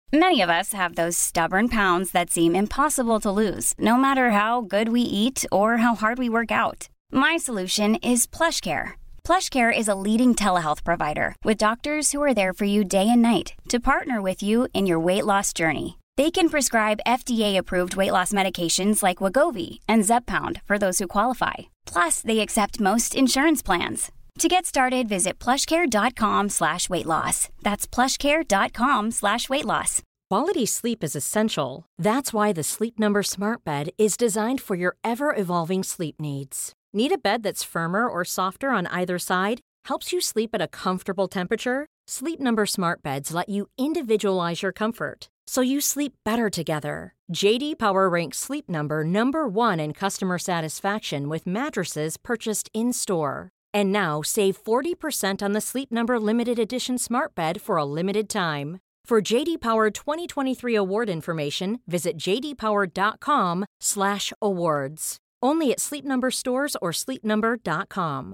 Many of us have those stubborn pounds that seem impossible to lose, no matter how good we eat or how hard we work out. My solution is PlushCare. PlushCare is a leading telehealth provider with doctors who are there for you day and night to partner with you in your weight loss journey. They can prescribe FDA-approved weight loss medications like Wegovy and Zepbound for those who qualify. Plus, they accept most insurance plans. To get started, visit plushcare.com/weightloss. That's plushcare.com/weightloss. Quality sleep is essential. That's why the Sleep Number Smart Bed is designed for your ever-evolving sleep needs. Need a bed that's firmer or softer on either side? Helps you sleep at a comfortable temperature? Sleep Number Smart Beds let you individualize your comfort, so you sleep better together. JD Power ranks Sleep Number #1 in customer satisfaction with mattresses purchased in-store. And now, save 40% on the Sleep Number Limited Edition Smart Bed for a limited time. For JD Power 2023 award information, visit jdpower.com/awards. Only at Sleep Number stores or sleepnumber.com.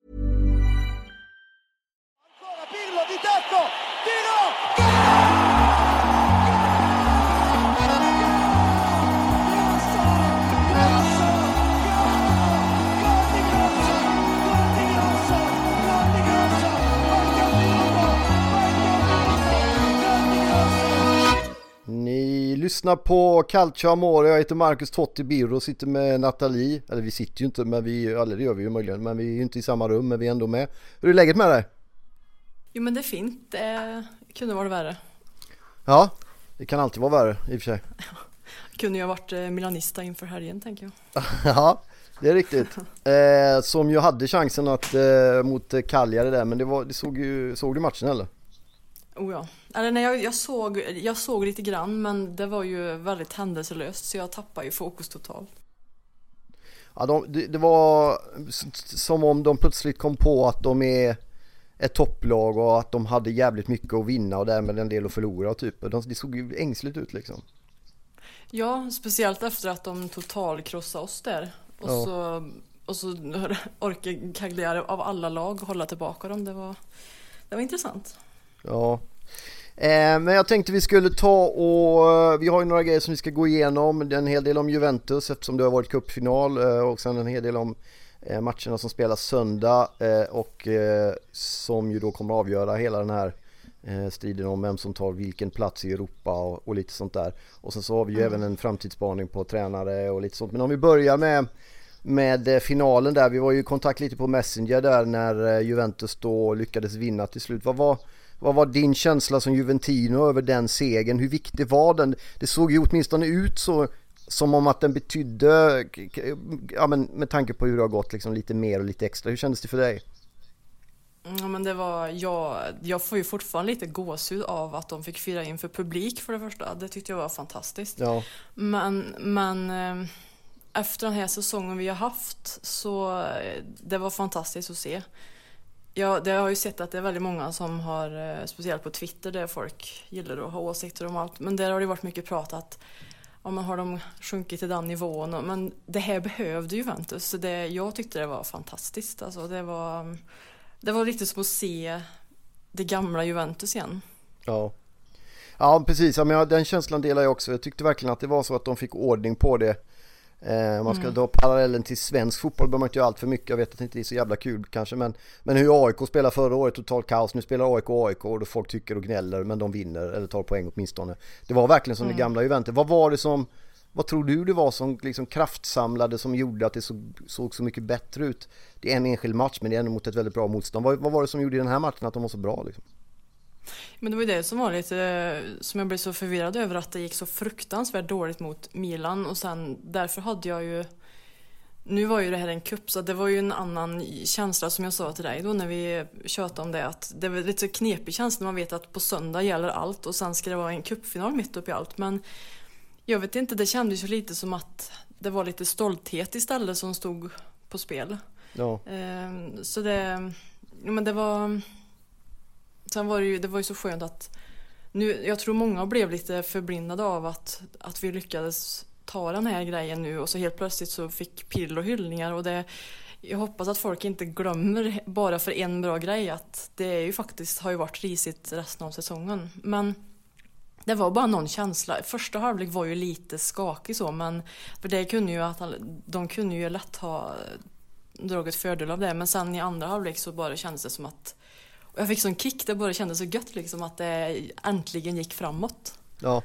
Pirlo di tacco, tiro! Ni lyssnar på Calcio Amore. Jag heter Marcus Totti Birro och sitter med Nathalie. Eller vi sitter ju inte, men det gör vi ju möjligen. Men vi är ju inte i samma rum, men vi är ändå med. Hur är läget med dig? Jo, men det är fint. Det kunde vara värre. Ja, det kan alltid vara värre i och för sig. Kunde ju ha varit milanista inför helgen, tänker jag. Ja, det är riktigt. Som ju hade chansen att mot Cagliari där, men såg du matchen eller? Oh ja. Eller nej, jag såg lite grann, men det var ju väldigt händelselöst, så jag tappade ju fokus totalt. Ja, det var som om de plötsligt kom på att de är ett topplag och att de hade jävligt mycket att vinna och därmed en del att förlora typ. Det såg ju ängsligt ut liksom. Ja, speciellt efter att de totalkrossade oss där. Och så orkar Cagliari av alla lag hålla tillbaka dem. Det var intressant. Ja. Men jag tänkte vi skulle vi har ju några grejer som vi ska gå igenom. En hel del om Juventus eftersom det har varit cupfinal och sen en hel del om matcherna som spelas söndag och som ju då kommer att avgöra hela den här striden om vem som tar vilken plats i Europa och lite sånt där. Och sen så har vi ju även en framtidsspaning på tränare och lite sånt. Men om vi börjar med finalen där. Vi var ju i kontakt lite på Messenger där när Juventus då lyckades vinna till slut. Vad var din känsla som Juventino över den segern? Hur viktig var den? Det såg ju åtminstone ut så som om att den betydde, ja, men med tanke på hur det har gått liksom, lite mer och lite extra. Hur kändes det för dig? Ja, men det var, jag får ju fortfarande lite gåshud av att de fick fira in för publik för det första. Det tyckte jag var fantastiskt. Ja. Men efter den här säsongen vi har haft så det var fantastiskt att se. Ja, det har jag ju sett att det är väldigt många som har, speciellt på Twitter där folk gillar att ha åsikter om allt. Men där har det varit mycket prat att man har de sjunkit till den nivån. Men det här behövde Juventus. Så jag tyckte det var fantastiskt. Alltså, det var riktigt som att se det gamla Juventus igen. Ja, precis. Ja, men den känslan delar jag också. Jag tyckte verkligen att det var så att de fick ordning på det. Man ska dra parallellen till svensk fotboll behöver man inte göra allt för mycket. Jag vet att det inte är så jävla kul kanske, men hur AIK spelar förra året, totalt kaos. Nu spelar AIK och då folk tycker och gnäller, men de vinner eller tar poäng åtminstone. Det var verkligen som det gamla Juventus. Vad tror du det var som liksom kraftsamlade som gjorde att det såg så mycket bättre ut? Det är en enskild match, men det är ändå mot ett väldigt bra motstånd. Vad var det som gjorde i den här matchen att de var så bra liksom? Men det var ju det som var lite, som jag blev så förvirrad över, att det gick så fruktansvärt dåligt mot Milan. Och sen därför hade jag ju, nu var ju det här en cup, så det var ju en annan känsla som jag sa till dig då när vi tjötade om det, att det var lite så knepig känsla när man vet att på söndag gäller allt och sen ska det vara en cupfinal mitt upp i allt. Men jag vet inte, det kändes ju lite som att det var lite stolthet istället som stod på spel. Ja. Så men det var, sen var det var ju så skönt att nu, jag tror många blev lite förblindade av att vi lyckades ta den här grejen nu, och så helt plötsligt så fick Pirlo hyllningar, och jag hoppas att folk inte glömmer bara för en bra grej att det är ju faktiskt har ju varit risigt resten av säsongen. Men Det var bara någon känsla. Första halvlek var ju lite skakig så, men för det kunde ju de kunde ju lätt ha dragit fördel av det, men sen i andra halvlek så bara kändes det som att, och jag fick sån kick, det bara kändes så gött liksom att det äntligen gick framåt. Ja.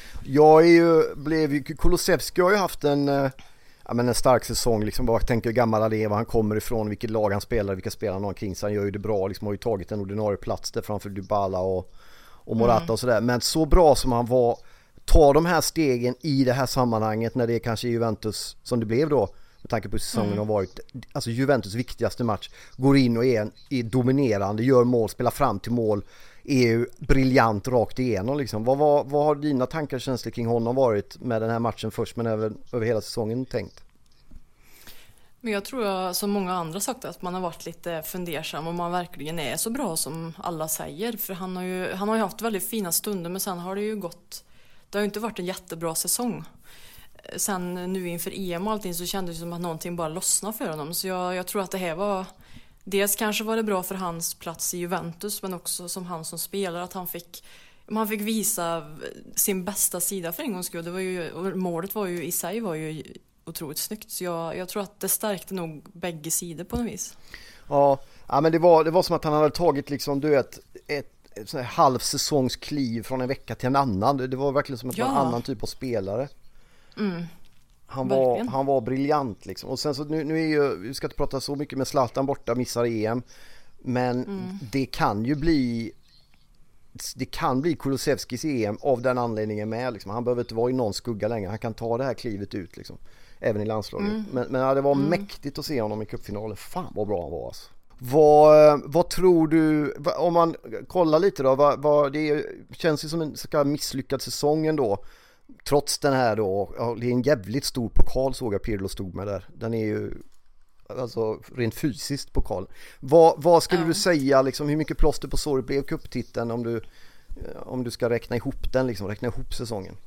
Kulusevski har ju haft en stark säsong liksom, bara tänker hur gammal han är, var han kommer ifrån, vilket lag han spelar, vilka spelar han har kring sig. Han gör ju det bra, liksom, har ju tagit en ordinarie plats där framför Dybala och Morata och sådär. Men så bra som han var, ta de här stegen i det här sammanhanget när det är kanske Juventus som det blev då, med tanke på säsongen har varit, alltså Juventus viktigaste match, går in och är dominerande, gör mål, spelar fram till mål, är ju briljant rakt igenom liksom. Vad har dina tankar och känslor kring honom varit med den här matchen först, men även över hela säsongen tänkt? Men jag tror som många andra sagt att man har varit lite fundersam om man verkligen är så bra som alla säger, för han har ju haft väldigt fina stunder, men sen har det ju det har ju inte varit en jättebra säsong. Sen nu inför EM och allting så kändes det som att någonting bara lossnade för honom, så jag tror att det här var, dels kanske var det bra för hans plats i Juventus, men också som han som spelare, att man fick visa sin bästa sida för en gångs skull. Det var ju, och målet var ju i sig otroligt snyggt, så jag tror att det stärkte nog bägge sidor på något vis. Ja, men det var som att han hade tagit liksom, du vet, ett sån här halvsäsongskliv från en vecka till en annan. Det var verkligen som att en annan typ av spelare. Han var briljant liksom. Och sen så nu är ju, vi ska inte prata så mycket med Zlatan borta, missar EM, men det kan bli Kulusevskis EM av den anledningen med liksom. Han behöver inte vara i någon skugga längre, han kan ta det här klivet ut liksom, även i landslaget. Men det var mäktigt att se honom i cupfinalen. Fan vad bra han var alltså. Vad tror du, om man kollar lite då, det känns ju som en så kallad misslyckad säsong ändå, trots den här då, det är en jävligt stor pokal, såg jag Pirlo stod med där, den är ju alltså rent fysiskt pokal. Vad skulle du säga liksom, hur mycket plåster på såret blev cuptiteln om du ska räkna ihop den liksom, räkna ihop säsongen?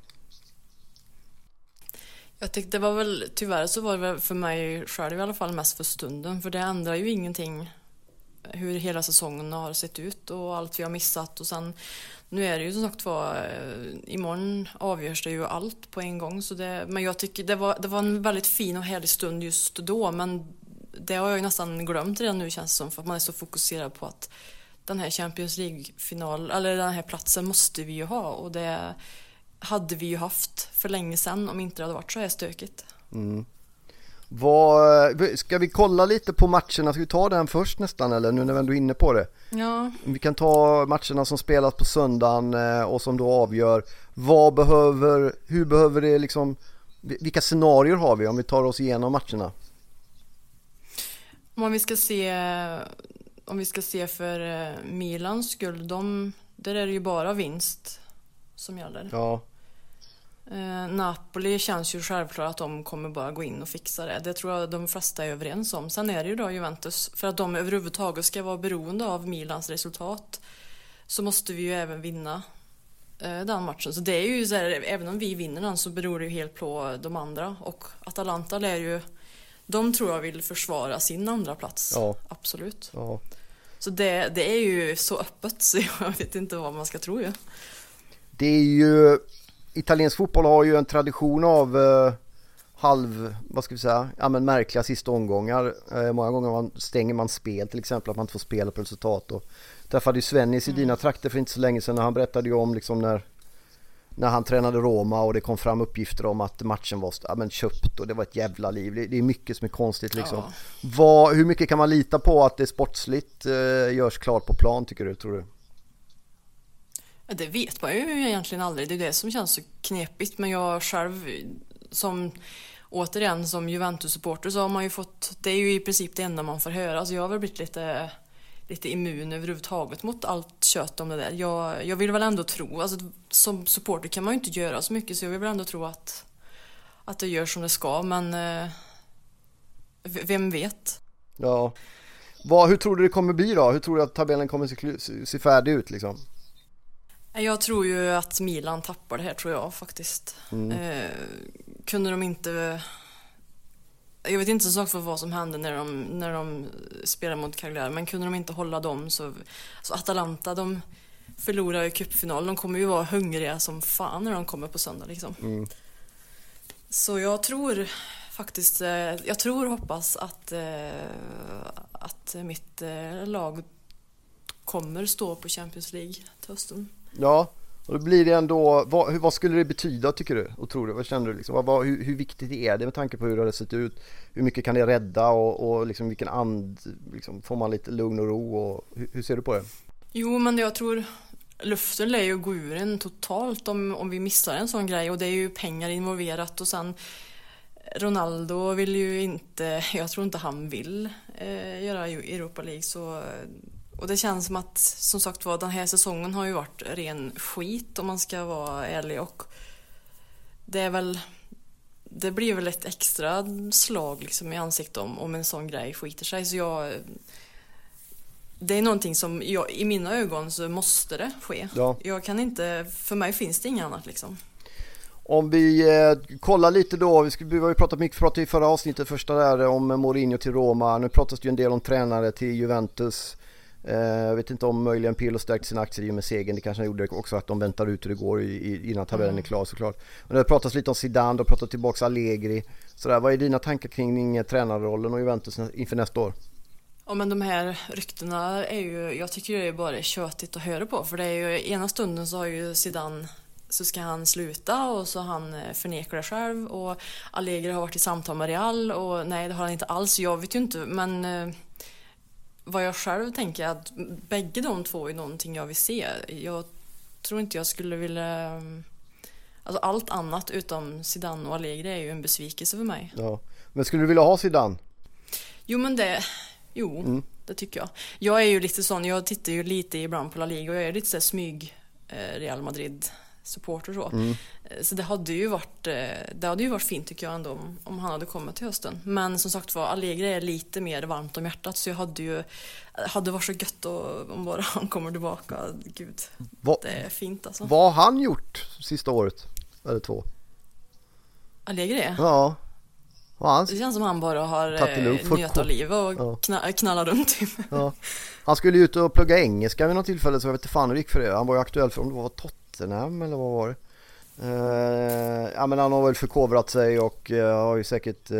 Jag tyckte det var väl, tyvärr så var det väl för mig själv i alla fall mest för stunden, för det ändrar ju ingenting hur hela säsongen har sett ut och allt vi har missat, och sen nu är det ju som sagt imorgon avgörs det ju allt på en gång, så men jag tycker det var en väldigt fin och härlig stund just då, men det har jag ju nästan glömt redan nu, känns som, för att man är så fokuserad på att den här Champions League-final, eller den här platsen måste vi ju ha, och det hade vi ju haft för länge sedan om inte det hade varit så här stökigt. Ska vi kolla lite på matcherna? Ska vi ta den först nästan, eller nu när vi ändå är inne på det? Ja. Vi kan ta matcherna som spelas på söndagen och som då avgör hur behöver det liksom, vilka scenarier har vi om vi tar oss igenom matcherna? Om vi ska se för Milans skull, där är det ju bara vinst som gäller. Ja. Napoli känns ju självklart att de kommer bara gå in och fixa det. Det tror jag de flesta är överens om. Sen är det ju då Juventus, för att de överhuvudtaget ska vara beroende av Milans resultat, så måste vi ju även vinna den matchen. Så det är ju så här, även om vi vinner den så beror det ju helt på de andra, och Atalanta de tror jag vill försvara sin andra plats. Ja. Absolut. Ja. Så det är ju så öppet, så jag vet inte vad man ska tro ju. Det är ju, italiensk fotboll har ju en tradition av märkliga sista omgångar. Många gånger stänger man spel, till exempel att man inte får spela på resultat. Och träffade ju Svennis i dina trakter för inte så länge sedan, när han berättade ju om liksom när han tränade Roma och det kom fram uppgifter om att matchen var köpt och det var ett jävla liv. Det är mycket som är konstigt liksom. Ja. Hur mycket kan man lita på att det sportsligt görs klart på plan, tycker du, tror du? Det vet man ju egentligen aldrig. Det är det som känns så knepigt. Men jag själv, som Juventus-supporter, så har man ju fått, det är ju i princip det enda man får höra. Alltså jag har väl blivit lite immun överhuvudtaget mot allt kött om det där. Jag vill väl ändå tro, alltså som supporter kan man ju inte göra så mycket, så jag vill väl ändå tro att det gör som det ska, men vem vet? Ja. Hur tror du det kommer bli då? Hur tror du att tabellen kommer se färdig ut liksom? Jag tror ju att Milan tappar det här, tror jag faktiskt. Kunde de inte... Jag vet inte så sagt för vad som hände när de spelade mot Cagliari, men kunde de inte hålla dem så Atalanta, förlorar i cupfinalen. De kommer ju vara hungriga som fan när de kommer på söndag liksom. Så jag tror faktiskt, jag hoppas att mitt lag kommer stå på Champions League till hösten. Ja, och då blir det ändå, vad skulle det betyda tycker du? Och tror du, vad känner du liksom? Hur viktigt är det med tanke på hur det har sett ut? Hur mycket kan det rädda och liksom vilken liksom, får man lite lugn och ro och hur ser du på det? Jo, men jag tror luften lär ju gå ur en totalt om vi missar en sån grej, och det är ju pengar involverat, och sen Ronaldo vill ju inte, jag tror inte han vill göra Europa League, så, och det känns som att, som sagt var, den här säsongen har ju varit ren skit om man ska vara ärlig, och det blir väl ett extra slag liksom i ansiktet om en sån grej skiter sig, så det är någonting som i mina ögon så måste det ske. Ja. Jag kan inte, för mig finns det inget annat liksom. Om vi kollar lite då, vi har ju pratat i förra avsnittet första där om Mourinho till Roma. Nu pratas det ju en del om tränare till Juventus. Jag vet inte om möjligen Pirlo stärkt sina aktier i och med segern. Det kanske gjorde också att de väntar ut hur det går innan tabellen är klar såklart. Men det pratas lite om Zidane, då pratar tillbaka Allegri. Sådär, vad är dina tankar kring tränarrollen och Juventus inför nästa år? Ja, men de här ryktena är ju, jag tycker det är bara tjötigt att höra på, för det är ju ena stunden så har ju Zidane, så ska han sluta och så han förnekar det själv, och Allegri har varit i samtal med Real och nej, det har han inte alls, jag vet ju inte, men vad jag själv tänker är att bägge de två är någonting jag vill se. Jag tror inte jag skulle vilja, alltså allt annat utom Zidane och Allegri är ju en besvikelse för mig. Ja. Men skulle du vilja ha Zidane? Det tycker jag. Jag är ju lite sån, jag tittar ju lite ibland på La Liga och jag är lite så här smyg Real Madrid supporter så. Så det hade ju varit fint tycker jag ändå om han hade kommit till hösten. Men som sagt var, Allegri är lite mer varmt om hjärtat, så jag hade varit så gött om bara han kommer tillbaka. Gud, det är fint alltså. Vad har han gjort sista året? Eller 2? Allegri? Ja. Det känns som han bara har njöt av livet och knallar runt. Ja. Han skulle ut och plugga engelska vid något tillfälle, så jag vet inte fan hur det gick för det. Han var ju aktuell för om det var Tottenham eller vad var det? Ja, men han har väl förkovrat sig och har ju säkert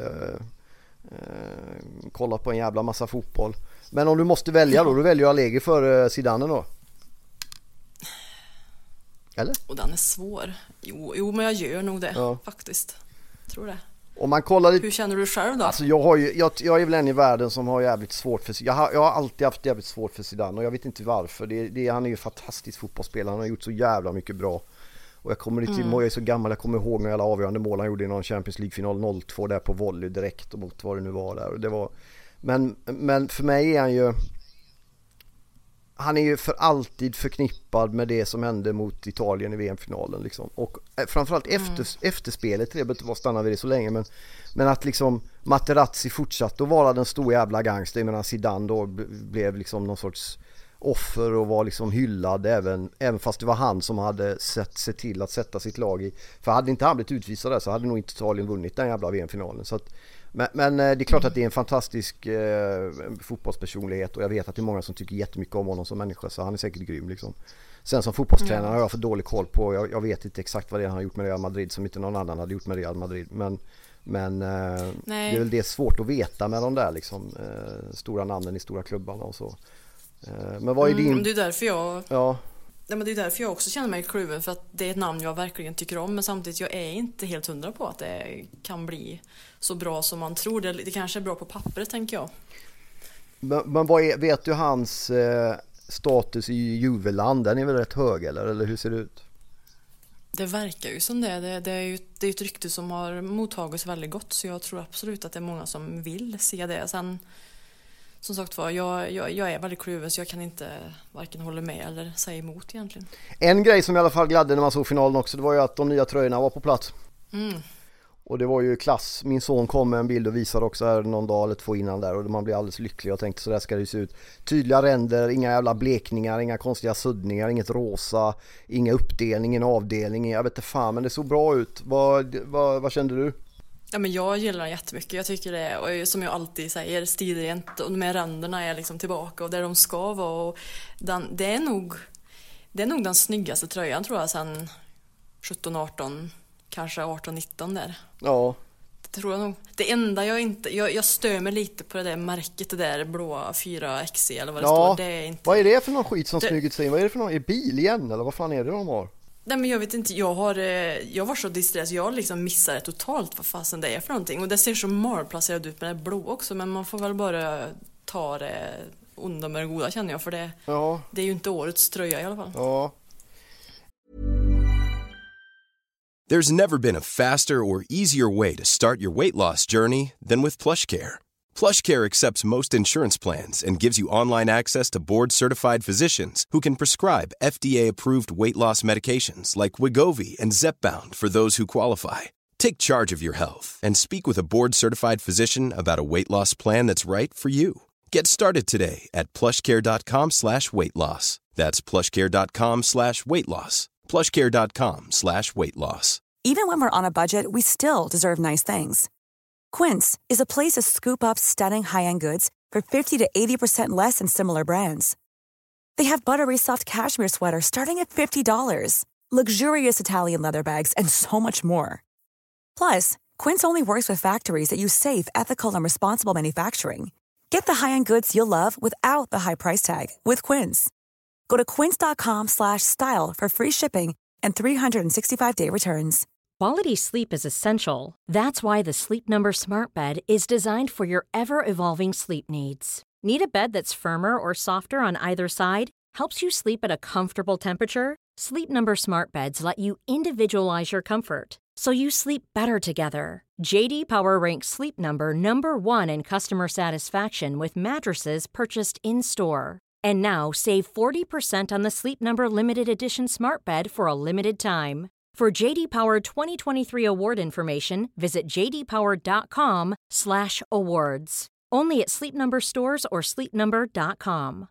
kollat på en jävla massa fotboll. Men om du måste välja då väljer Allegri för Zidane då? Eller? Och den är svår. Jo, men jag gör nog det faktiskt. Tror det. Om man kollar lite... Hur känner du själv då? Alltså jag är väl en i världen som har jävligt svårt för... Jag har alltid haft jävligt svårt för Zidane och jag vet inte varför. Han är ju fantastisk fotbollsspelare. Han har gjort så jävla mycket bra. Och jag är så gammal, jag kommer ihåg när alla avgörande mål han gjorde i någon Champions League-final 0-2 där på volley direkt och mot vad det nu var där. Och det var... Men för mig är han är ju för alltid förknippad med det som hände mot Italien i VM-finalen liksom. Och framförallt efterspelet, det behöver inte vara stanna vid det så länge, men att liksom Materazzi fortsatte att vara den stora jävla gangster, medan Zidane då blev liksom någon sorts offer och var liksom hyllad även fast det var han som hade sett till att sätta sitt lag i, för hade inte han blivit utvisad där så hade nog inte Italien vunnit den jävla VM-finalen. Så att, men det är klart att det är en fantastisk fotbollspersonlighet och jag vet att det är många som tycker jättemycket om honom som människa, så han är säkert grym liksom. Sen som fotbollstränare har jag för dålig koll på, jag vet inte exakt vad det är han har gjort med Real Madrid som inte någon annan hade gjort med Real Madrid, men det är väl det svårt att veta med de där liksom, stora namnen i stora klubbarna och så. Men vad är din... Det är därför men det är därför jag också känner mig kluven, för att det är ett namn jag verkligen tycker om, men samtidigt jag är inte helt hundra på att det kan bli så bra som man tror. Det kanske är bra på pappret, tänker jag. Men vet du hans status i Juveland? Den är väl rätt hög, eller hur ser det ut? Det verkar ju som det. Det är ju ett rykte som har mottagits väldigt gott, så jag tror absolut att det är många som vill se det. Sen som sagt var, jag är väldigt kluven, så jag kan inte varken hålla med eller säga emot egentligen. En grej som i alla fall gladde när man såg finalen också, det var ju att de nya tröjorna var på plats. Och det var ju klass. Min son kom med en bild och visade också här någon dag eller 2 innan där, och man blev alldeles lycklig och tänkte så där ska det se ut. Tydliga ränder, inga jävla blekningar, inga konstiga suddningar, inget rosa, inga uppdelning, ingen avdelning, jag vet inte fan, men det såg bra ut. Vad kände du? Ja, men jag gillar den jättemycket. Jag tycker det är, och som jag alltid säger, stilrent, och de här ränderna är liksom tillbaka och där de ska vara, och det är nog Det är nog den snyggaste tröjan tror jag sen 17-18, kanske 18-19 där. Ja. Det tror jag nog. Det enda jag stör mig lite på det där märket, det där blåa 4XE eller vad det står. Det är inte... Vad är det för någon skit som smugit sig in? Vad är det för någon? Är bil igen eller vad fan är det de har? Nej men jag vet inte, jag var så distress, jag liksom missade totalt vad fasen det är för någonting. Och det ser så malplacerat ut med det blå också, men man får väl bara ta det onda med det goda känner jag, för det är ju inte årets tröja i alla fall. Ja. There's never been a faster or easier way to start your weight loss journey than with PlushCare. PlushCare accepts most insurance plans and gives you online access to board-certified physicians who can prescribe FDA-approved weight loss medications like Wegovy and Zepbound for those who qualify. Take charge of your health and speak with a board-certified physician about a weight loss plan that's right for you. Get started today at plushcare.com/weightloss. That's plushcare.com/weightloss. plushcare.com/weightloss. Even when we're on a budget, we still deserve nice things. Quince is a place to scoop up stunning high-end goods for 50 to 80% less than similar brands. They have buttery soft cashmere sweaters starting at $50, luxurious Italian leather bags, and so much more. Plus, Quince only works with factories that use safe, ethical, and responsible manufacturing. Get the high-end goods you'll love without the high price tag with Quince. Go to quince.com/style for free shipping and 365-day returns. Quality sleep is essential. That's why the Sleep Number Smart Bed is designed for your ever-evolving sleep needs. Need a bed that's firmer or softer on either side? Helps you sleep at a comfortable temperature? Sleep Number Smart Beds let you individualize your comfort, so you sleep better together. JD Power ranks Sleep Number #1 in customer satisfaction with mattresses purchased in-store. And now, save 40% on the Sleep Number Limited Edition Smart Bed for a limited time. For JD Power 2023 award information, visit jdpower.com/awards. Only at Sleep Number stores or sleepnumber.com.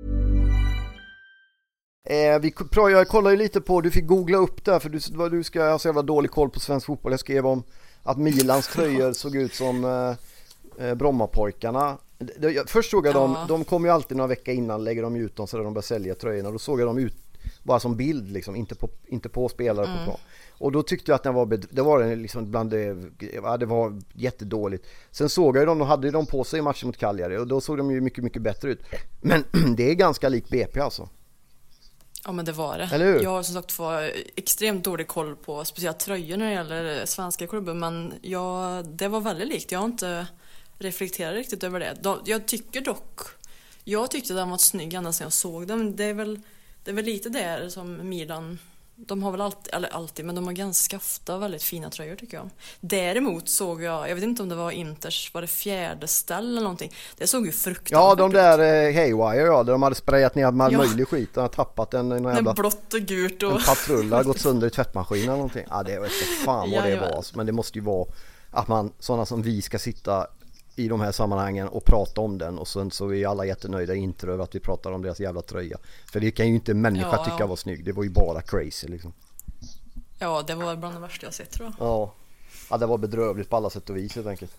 Jag kollar ju lite på, du fick googla upp där för du ska ha så jävla dålig koll på svensk fotboll. Jag skrev om att Milans tröjor såg ut som Brommapojkarna. Först såg jag de kommer ju alltid några veckor innan, lägger de ut dem så där de börjar sälja tröjorna. Då såg jag dem ut bara som bild liksom, inte på spelare på plan. Och då tyckte jag att det var liksom bland det var jättedåligt. Sen såg jag ju de hade de på sig i matchen mot Cagliari och då såg de ju mycket mycket bättre ut. Men det är ganska lik BP alltså. Ja men det var det. Eller hur? Jag har som sagt fått extremt dålig koll på speciellt tröjor när det gäller svenska klubbar, men det var väldigt likt. Jag har inte reflekterat riktigt över det. Jag tyckte den var snygg ända sedan jag såg den. Det är väl lite där som Milan, de har väl alltid, men de har ganska ofta väldigt fina tröjor tycker jag. Däremot såg jag vet inte om det var Inters, var det fjärde ställ eller någonting. Det såg ju fruktansvärt. Ja, de där Haywire där de hade sprayat ner all möjlig skit och tappat en jävla blått och gult och en patrull har gått sönder i tvättmaskinen eller någonting. Ja, det vet inte fan vad det var, men det måste ju vara att man sådana som vi ska sitta i de här sammanhangen och prata om den och sen så är vi alla jättenöjda inte över att vi pratar om deras jävla tröja. För det kan ju inte en människa tycka var snygg. Det var ju bara crazy liksom. Ja, det var bland det värsta jag sett tror jag. Ja, det var bedrövligt på alla sätt och vis helt enkelt.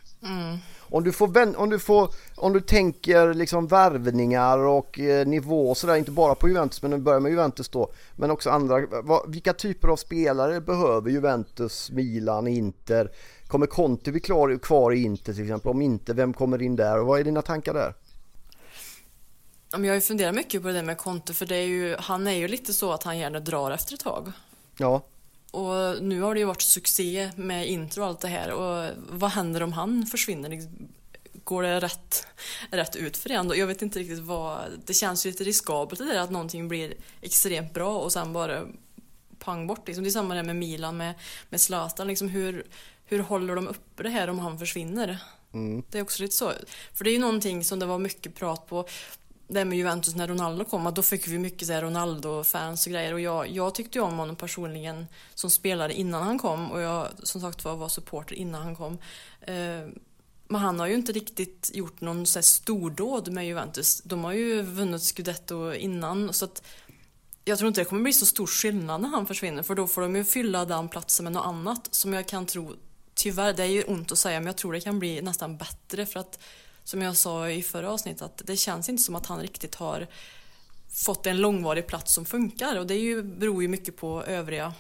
Om du tänker liksom värvningar och nivå så där, inte bara på Juventus, men nu börjar med Juventus då, men också andra, vilka typer av spelare behöver Juventus, Milan, Inter? Kommer Conte bli kvar i Inter till exempel? Om inte, vem kommer in där? Och vad är dina tankar där? Jag har ju funderat mycket på det med Conte, för han är ju lite så att han gärna drar efter ett tag. Ja. Och nu har det ju varit succé med Inter och allt det här. Och vad händer om han försvinner? Går det rätt ut för det? Jag vet inte riktigt det känns ju lite riskabelt det där att någonting blir extremt bra och sen bara pang bort. Liksom. Det är samma där med Milan, med Zlatan. Liksom, hur håller de uppe det här om han försvinner? Det är också lite så. För det är ju någonting som det var mycket prat på det med Juventus när Ronaldo kom, att då fick vi mycket så här Ronaldo-fans och grejer, och jag tyckte ju om honom personligen som spelare innan han kom, och jag som sagt var supporter innan han kom, men han har ju inte riktigt gjort någon så här stordåd med Juventus. De har ju vunnit Scudetto innan, så att jag tror inte det kommer bli så stor skillnad när han försvinner, för då får de ju fylla den platsen med något annat som jag kan tro, tyvärr, det är ju ont att säga, men jag tror det kan bli nästan bättre, för att som jag sa i förra avsnittet, att det känns inte som att han riktigt har fått en långvarig plats som funkar, och det beror ju mycket på övriga.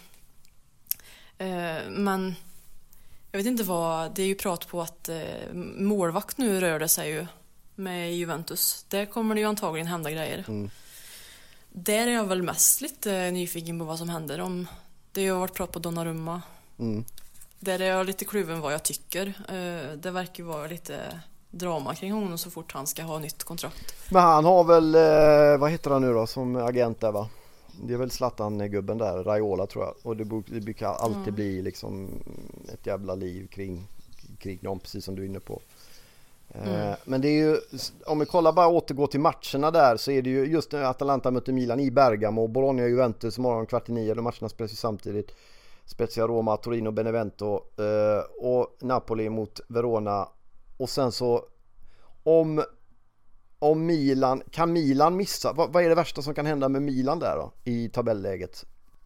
Men jag vet inte vad, det är ju prat på att målvakt nu rör det sig ju med Juventus. Där kommer det ju antagligen hända grejer. Där är jag väl mest lite nyfiken på vad som händer. Om det har varit prat på Donnarumma. Där är jag lite kluven vad jag tycker. Det verkar vara lite drama kring honom så fort han ska ha nytt kontrakt. Men han har väl, vad heter han nu då som agent där, va? Det är väl Zlatan-gubben där, Raiola tror jag. Och det brukar alltid bli liksom ett jävla liv kring dem, precis som du är inne på. Men det är ju, om vi kollar bara återgå till matcherna där, så är det ju just när Atalanta möter Milan i Bergamo och Bologna och Juventus morgon 8:45, de matcherna spelas ju samtidigt. Spezia, Roma, Torino, Benevento och Napoli mot Verona. Och sen så om Milan, kan Milan missa? Vad är det värsta som kan hända med Milan där då i tabelläget?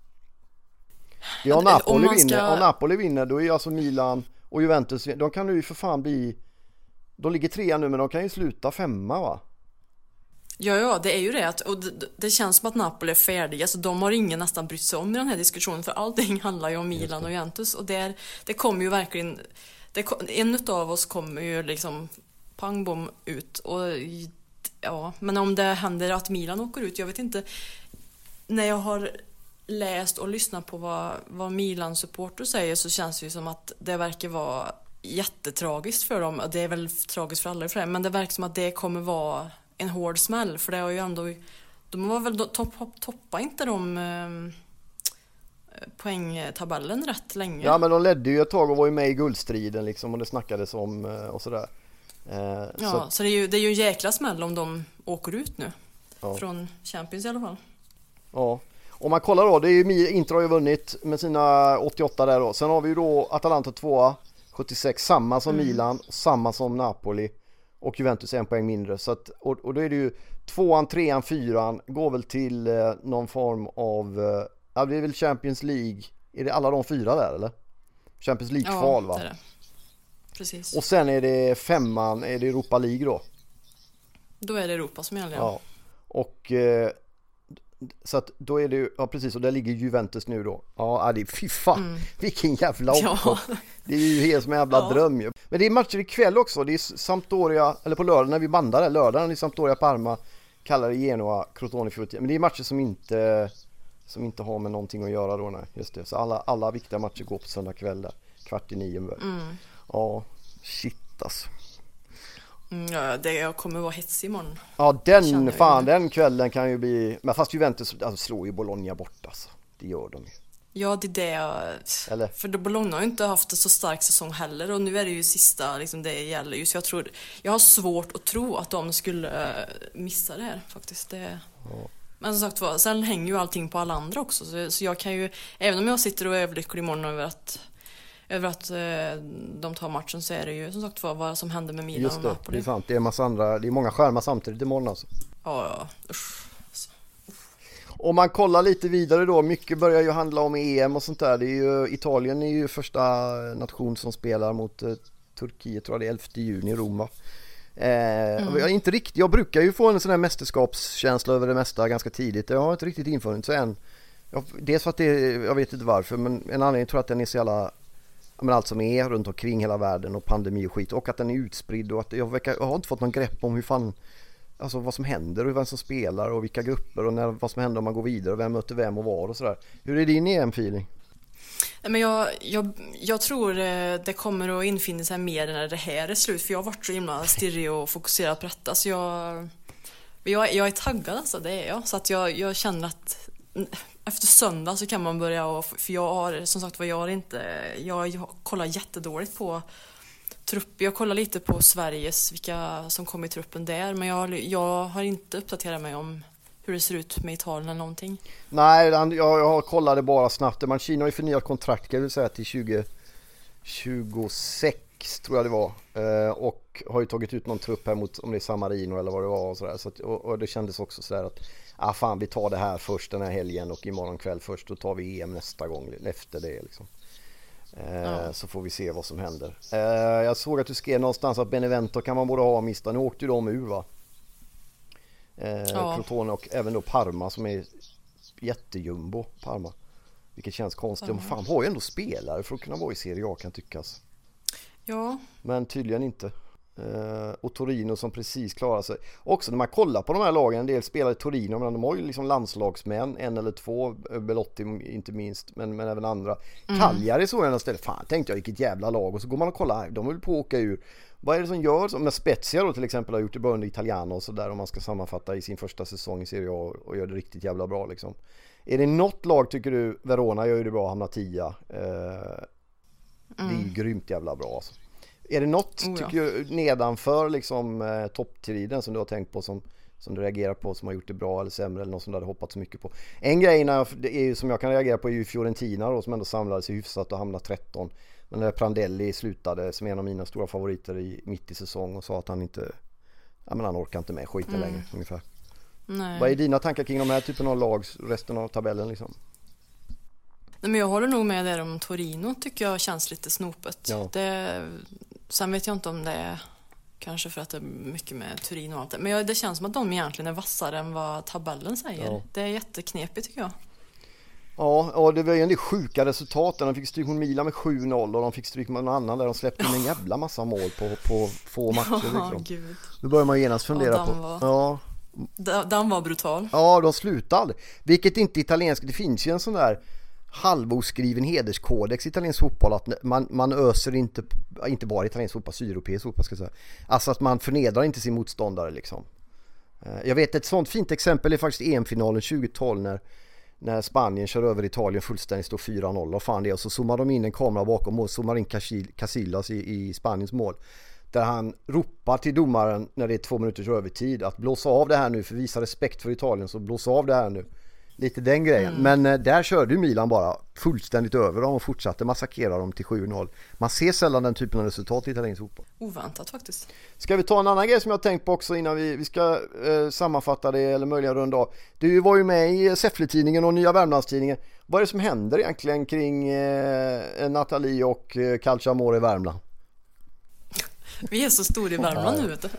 Ja, om Napoli vinner, då är alltså Milan och Juventus, de kan ju för fan bli, de ligger 3 nu, men de kan ju sluta 5, va? Ja, det är ju det. Och det känns som att Napoli är färdiga, så de har ingen nästan brytt sig om i den här diskussionen, för allting handlar ju om Milan och Juventus. Och det kommer ju verkligen, en av oss kommer ju liksom pang bom ut. Och ja, men om det händer att Milan åker ut, jag vet inte. När jag har läst och lyssnat på vad Milan-supporter säger, så känns det ju som att det verkar vara jättetragiskt för dem. Det är väl tragiskt för alla, men det verkar som att det kommer vara en hård smäll, för det har ju ändå, de var väl toppa inte de poängtabellen rätt länge. Ja, men de ledde ju ett tag och var ju med i guldstriden liksom, och det snackades om och sådär. Så det är ju en jäkla smäll om de åker ut nu från Champions i alla fall. Ja. Om man kollar då, det är ju Inter har ju vunnit med sina 88 där då. Sen har vi ju då Atalanta 2 76, samma som Milan, samma som Napoli, och Juventus 1 poäng mindre. Så att, och då är det ju 2, 3, 4 går väl till någon form av det är väl Champions League. Är det alla de 4 där eller? Champions League-kval, va? Det är det. Precis. Och sen är det 5, är det Europa League då? Då är det Europa som gäller. Ja. Och så att då är det ju, ja precis, och där ligger Juventus nu då. Ja, det är fy fan. Vilken jävla omgång. Det är ju helt som en jävla dröm ju. Men det är matcher ikväll också. Det är Sampdoria, eller på lördag när vi bandar det, lördagen är Sampdoria, Parma, Cagliari, Genoa, Crotone, Fiorentina. Men det är matcher som inte har med någonting att göra då, nej. Just det. Så alla viktiga matcher går på söndag kväll där. 8:45. Ja, shit alltså. Ja, det kommer vara hetsig imorgon. Ja, den kvällen kan ju bli, men fast Juventus slår ju Bologna bort alltså. Det gör de ju. Ja, det är det. Eller? För Bologna har ju inte haft en så stark säsong heller, och nu är det ju sista liksom, det gäller ju, så jag har svårt att tro att de skulle missa det här faktiskt. Men som sagt, sen hänger ju allting på alla andra också, så jag kan ju, även om jag sitter och är överlycklig imorgon över att de tar matchen, så är det ju som sagt vad som händer med Milan och Napoli. Just det, det är sant. Det är massa andra, det är många skärmar samtidigt imorgon alltså. Ja. Om man kollar lite vidare då, mycket börjar ju handla om EM och sånt där. Det är ju, Italien är ju första nation som spelar mot Turkiet, tror jag det är 11 juni i Rom, va? Inte riktigt, jag brukar ju få en sån här mästerskapskänsla över det mesta ganska tidigt. Jag har inte riktigt infunnit så än. Dels för att jag vet inte varför, men en anledning tror jag att den är så jävla, men allt som är runt omkring hela världen och pandemi och skit, och att den är utspridd, och att jag har inte fått någon grepp om hur fan, alltså vad som händer och vem som spelar och vilka grupper och vad som händer om man går vidare och vem möter vem och var och sådär. Hur är din EM-feeling? Men jag tror det kommer att infinna sig mer när det här är slut, för jag har varit så himla stirrig och fokuserad på detta, så jag är taggad alltså, det är jag. Så att jag känner att efter söndag så kan man börja, för jag har som sagt jag kollar jättedåligt på trupp. Jag kollar lite på Sveriges, vilka som kommer i truppen där, men jag har inte uppdaterat mig om hur det ser ut med Italien eller någonting. Nej, jag kollade bara snabbt. Mancini har ju förnyat kontrakt, kan jag säga, till 2026 tror jag det var, och har ju tagit ut någon trupp här mot, om det är San Marino eller vad det var och sådär. Så att, och det kändes också sådär att fan, vi tar det här först den här helgen och imorgon kväll först, då tar vi EM nästa gång efter det liksom. Så får vi se vad som händer. Jag såg att du skrev någonstans att Benevento kan man både ha och mista. Nu åkte ju de ur, va? Crotone och även då Parma som är jättejumbo Parma. Vilket känns konstigt. Men fan har ju ändå spelare för att kunna vara i Serie A kan tyckas. Ja. Men tydligen inte. Och Torino som precis klarar sig. Också när man kollar på de här lagen, en del spelar i Torino, men de har ju liksom landslagsmän, en eller två, Belotti inte minst, men även andra. Cagliari så ena stället, fan tänkte jag vilket jävla lag, och så går man och kollar, de vill på att åka ur. Vad är det som gör, som med Spezia då till exempel har gjort i Burnley Italiano och så där, om man ska sammanfatta i sin första säsong i Serie A och gör det riktigt jävla bra liksom. Är det något lag tycker du, Verona gör ju det bra, hamnar 10. Det är ju grymt jävla bra alltså. Är det något tycker jag, nedanför liksom topptriden som du har tänkt på som du reagerar på, som har gjort det bra eller sämre eller något som du hade hoppats så mycket på? En grej som jag kan reagera på är ju Fiorentina då, som ändå samlade sig hyfsat och hamnade 13. Men när Prandelli slutade som en av mina stora favoriter mitt i säsong och sa att han orkar inte med skiten längre ungefär. Nej. Vad är dina tankar kring de här typen av lag, resten av tabellen liksom? Nej, men jag håller nog med där om Torino, tycker jag känns lite snopet. Ja. Sen vet jag inte om det är kanske för att det är mycket med Torino och allt det. Men det känns som att de egentligen är vassare än vad tabellen säger. Ja. Det är jätteknepigt tycker jag. Ja, och det var ju en del sjuka resultat. De fick stryk mot Milan med 7-0 och de fick stryk med någon annan där de släppte in en jävla massa mål på få matcher. Liksom. Gud. Då börjar man genast fundera på. Den var brutal. Ja, de slutade. Vilket inte italiensk, det finns ju en sån där halvoskriven hederskodex i italiensk fotboll att man öser inte bara italiensk fotboll, sydeuropeisk fotboll ska jag säga. Alltså att man förnedrar inte sin motståndare liksom. Jag vet ett sånt fint exempel är faktiskt EM-finalen 2012 när Spanien kör över Italien fullständigt, står 4-0 och fan det, och så zoomar de in en kamera bakom och zoomar in Casillas i Spaniens mål. Där han ropar till domaren när det är 2 minuters övertid att blåsa av det här nu, för visa respekt för Italien, så blåsa av det här nu. Lite den grejen. Men där körde ju Milan bara fullständigt över dem och fortsatte massakrera dem till 7-0. Man ser sällan den typen av resultat i italiensk fotboll. Oväntat faktiskt. Ska vi ta en annan grej som jag har tänkt på också innan vi ska sammanfatta det eller möjligen runda av. Du var ju med i Säffle-tidningen och Nya Värmlandstidningen. Vad är det som händer egentligen kring Nathalie och Calciamore i Värmland? Vi är så stora i Värmland nu, vet du.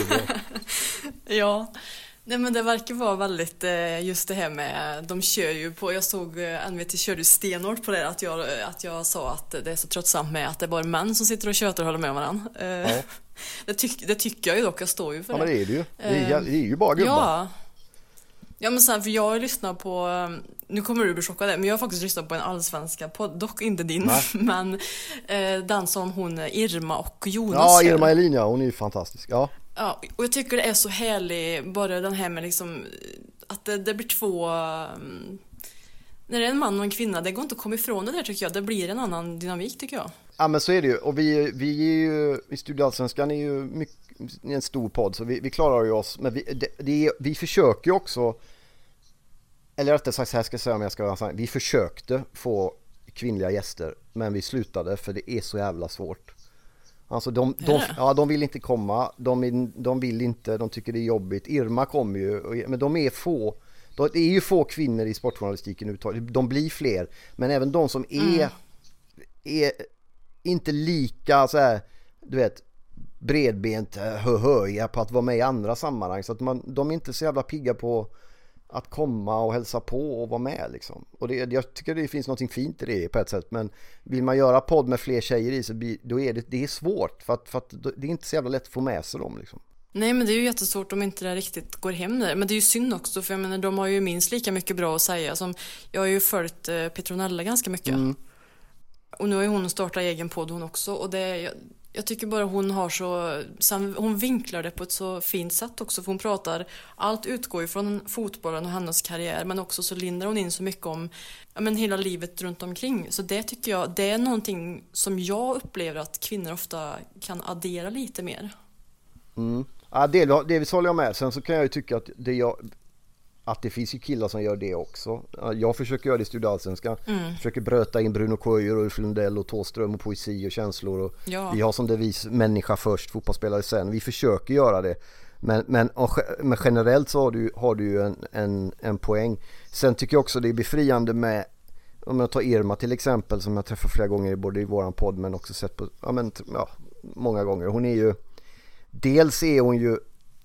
Ja. Nej, men det verkar vara väldigt just det här med, de kör ju på, jag såg NVT körde stenhårt på det, att jag sa att det är så tröttsamt med att det är bara män som sitter och tjötar och håller med varandra. Ja. Det tycker jag ju dock, jag står ju för det. Ja, men det är det ju. Det är ju bara gubbar. Ja, men sen, för jag har lyssnat på, nu kommer du bli chockad där, men jag har faktiskt lyssnat på en allsvenska podd, dock inte din, men den som hon Irma och Jonas. Ja, Irma Elin, ja, hon är ju fantastisk, ja. Ja, och jag tycker det är så härligt, bara den här med liksom att det blir två, när det är en man och en kvinna, det går inte att komma ifrån det där tycker jag, det blir en annan dynamik tycker jag. Ja, men så är det ju, och vi är ju i Studio Allsvenskan är ju en stor podd, så vi klarar ju oss, men vi försöker ju också, eller rättare sagt så här ska jag säga, om jag ska säga, vi försökte få kvinnliga gäster, men vi slutade för det är så jävla svårt. Alltså de vill inte komma, de vill inte, de tycker det är jobbigt. Irma kommer ju, men de är få. Det är ju få kvinnor i sportjournalistiken uttaget. De blir fler, men även de som är inte lika så här, du vet, bredbent höja på att vara med i andra sammanhang, så att de är inte så jävla pigga på att komma och hälsa på och vara med liksom. Och jag tycker det finns något fint i det på ett sätt, men vill man göra podd med fler tjejer i så då är det är svårt för att det är inte så jävla lätt att få med sig dem liksom. Nej, men det är ju jättesvårt om inte det riktigt går hem där. Men det är ju synd också, för jag menar, de har ju minst lika mycket bra att säga som, jag har ju följt Petronella ganska mycket. Och nu har ju hon startat egen podd hon också, och jag tycker bara hon har hon vinklar det på ett så fint sätt också, för hon pratar, allt utgår ju från fotbollen och hennes karriär, men också så lindrar hon in så mycket om hela livet runt omkring. Så det tycker jag, det är någonting som jag upplever att kvinnor ofta kan addera lite mer. Ja, delvis håller jag med. Sen så kan jag ju tycka att det finns ju killar som gör det också. Jag försöker göra det i Studio Allsvenskan. Försöker bröta in Bruno Köjer och Ulf Lundell och Tåström och poesi och känslor. Och vi har som devis människa först, fotbollsspelare sen. Vi försöker göra det. Men generellt så har du ju en poäng. Sen tycker jag också det är befriande med, om jag tar Irma till exempel, som jag träffar flera gånger både i våran podd men också sett på många gånger. Hon är ju, dels är hon ju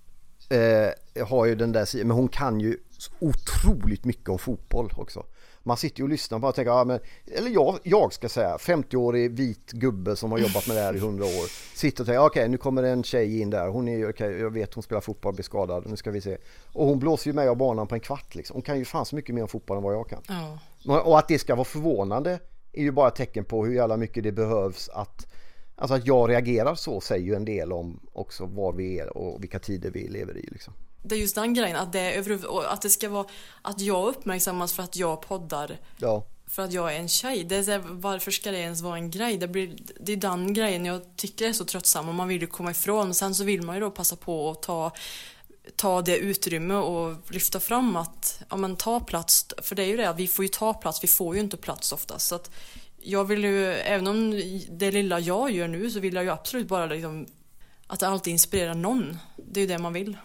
har ju den där sidan, men hon kan ju otroligt mycket om fotboll också. Man sitter ju och lyssnar på och tänker, eller jag ska säga, 50-årig vit gubbe som har jobbat med det här i 100 år. Sitter och tänker, okej, nu kommer en tjej in där. Hon är okej, jag vet hon spelar fotboll, blir skadad. Nu ska vi se. Och hon blåser ju med av banan på en kvart liksom. Hon kan ju fan så mycket mer om fotboll än vad jag kan. Och att det ska vara förvånande är ju bara ett tecken på hur jävla mycket det behövs att jag reagerar så, säger ju en del om också var vi är och vilka tider vi lever i liksom. Det är just den grejen, att det ska vara att jag uppmärksammas för att jag poddar. Ja. För att jag är en tjej. Det är så här, varför ska det ens vara en grej? Det är den grejen jag tycker är så tröttsam och man vill ju komma ifrån. Sen så vill man ju då passa på att ta det utrymme och lyfta fram att ta plats. För det är ju det, vi får ju ta plats, vi får ju inte plats oftast. Så att jag vill ju, även om det lilla jag gör nu, så vill jag ju absolut bara liksom, att det alltid inspirerar någon. Det är ju det man vill.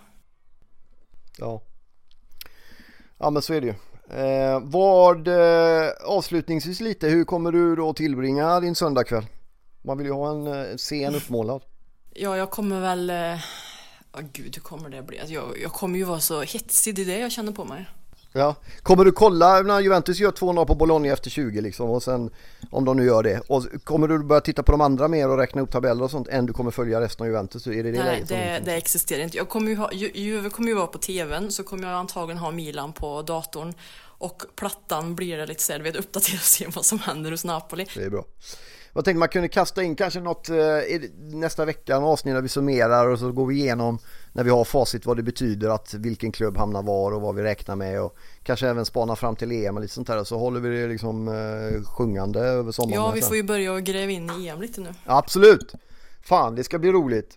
Ja, men så är det ju. Avslutningsvis lite, hur kommer du då tillbringa din söndagkväll? Man vill ju ha en scen uppmålad. Ja, jag kommer väl... hur kommer det bli? Alltså, jag kommer ju vara så hetsig, det är det jag känner på mig. Ja. Kommer du kolla när Juventus gör 2-0 på Bologna efter 20 liksom, och sen om de nu gör det, och kommer du börja titta på de andra mer och räkna upp tabeller och sånt än du kommer följa resten av Juventus? Är det Nej, det existerar inte. Jag kommer Juve kommer ju vara på tvn, så kommer jag antagligen ha Milan på datorn, och plattan blir det lite så här, uppdatera och se vad som händer hos Napoli. Det är bra. Jag tänkte man kunde kasta in kanske något nästa vecka, en avsnitt där vi summerar och så går vi igenom när vi har facit vad det betyder att vilken klubb hamnar var och vad vi räknar med, och kanske även spana fram till EM och lite sånt där, och så håller vi det liksom sjungande över sommaren. Ja, vi får ju börja och gräva in i EM lite nu. Absolut! Fan, det ska bli roligt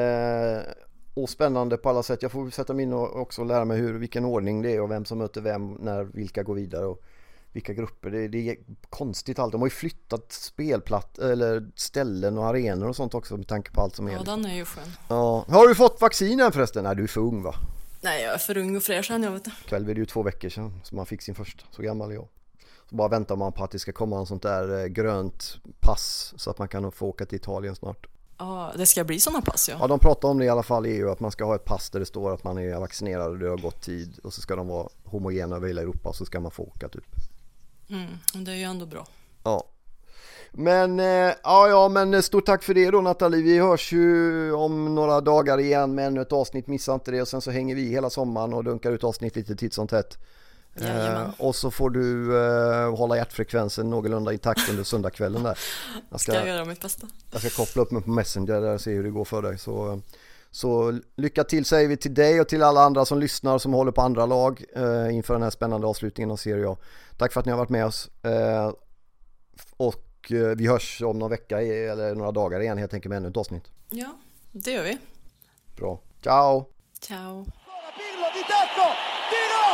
och spännande på alla sätt. Jag får sätta mig in och också lära mig vilken ordning det är och vem som möter vem, när vilka går vidare och vilka grupper. Det är konstigt allt. De har ju flyttat eller ställen och arenor och sånt också med tanke på allt som är. Ja, den är ju skön. Ja. Har du fått vaccinen förresten? Nej, du är för ung, va? Nej, jag är för ung och fräsch än, jag vet det. Själv är det ju 2 veckor sedan som man fick sin första. Så gammal är jag. Så bara väntar man på att det ska komma en sånt där grönt pass så att man kan få åka till Italien snart. Ja, det ska bli såna pass, ja. Ja, de pratar om det i alla fall i EU, att man ska ha ett pass där det står att man är vaccinerad och det har gått tid, och så ska de vara homogena över hela Europa, och så ska man få åka typ. Det är ju ändå bra. Ja. Men men stort tack för det då, Nathalie. Vi hörs ju om några dagar igen med ännu ett avsnitt, missa inte det, och sen så hänger vi hela sommaren och dunkar ut avsnitt lite titt som tätt. Och så får du hålla hjärtfrekvensen någorlunda intakt under söndagskvällen där. Jag ska göra mitt bästa. Jag ska koppla upp mig på Messenger där och se hur det går för dig. Så lycka till säger vi till dig och till alla andra som lyssnar, som håller på andra lag inför den här spännande avslutningen av Serie A. Tack för att ni har varit med oss. Och vi hörs om någon vecka eller några dagar igen, helt enkelt med ännu ett avsnitt. Ja, det gör vi. Bra. Ciao! Ciao! Pirlo di tacco, tiro!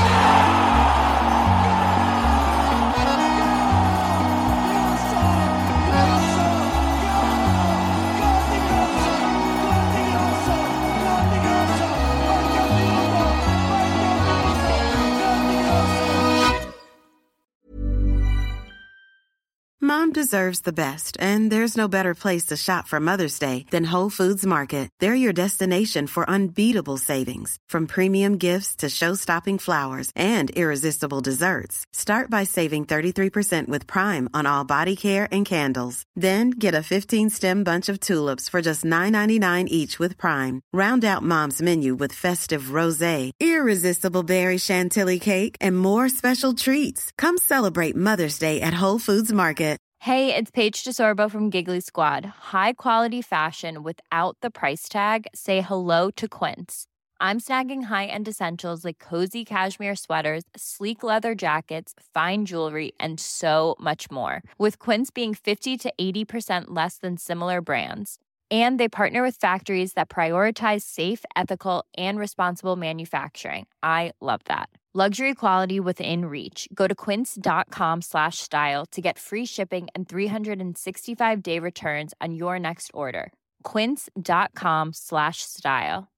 Mom deserves the best, and there's no better place to shop for Mother's Day than Whole Foods Market. They're your destination for unbeatable savings, from premium gifts to show-stopping flowers and irresistible desserts. Start by saving 33% with Prime on all body care and candles. Then get a 15-stem bunch of tulips for just $9.99 each with Prime. Round out Mom's menu with festive rosé, irresistible berry chantilly cake, and more special treats. Come celebrate Mother's Day at Whole Foods Market. Hey, it's Paige DeSorbo from Giggly Squad. High quality fashion without the price tag. Say hello to Quince. I'm snagging high-end essentials like cozy cashmere sweaters, sleek leather jackets, fine jewelry, and so much more. With Quince being 50 to 80% less than similar brands. And they partner with factories that prioritize safe, ethical, and responsible manufacturing. I love that. Luxury quality within reach. Go to quince.com/style to get free shipping and 365-day returns on your next order. Quince.com/style.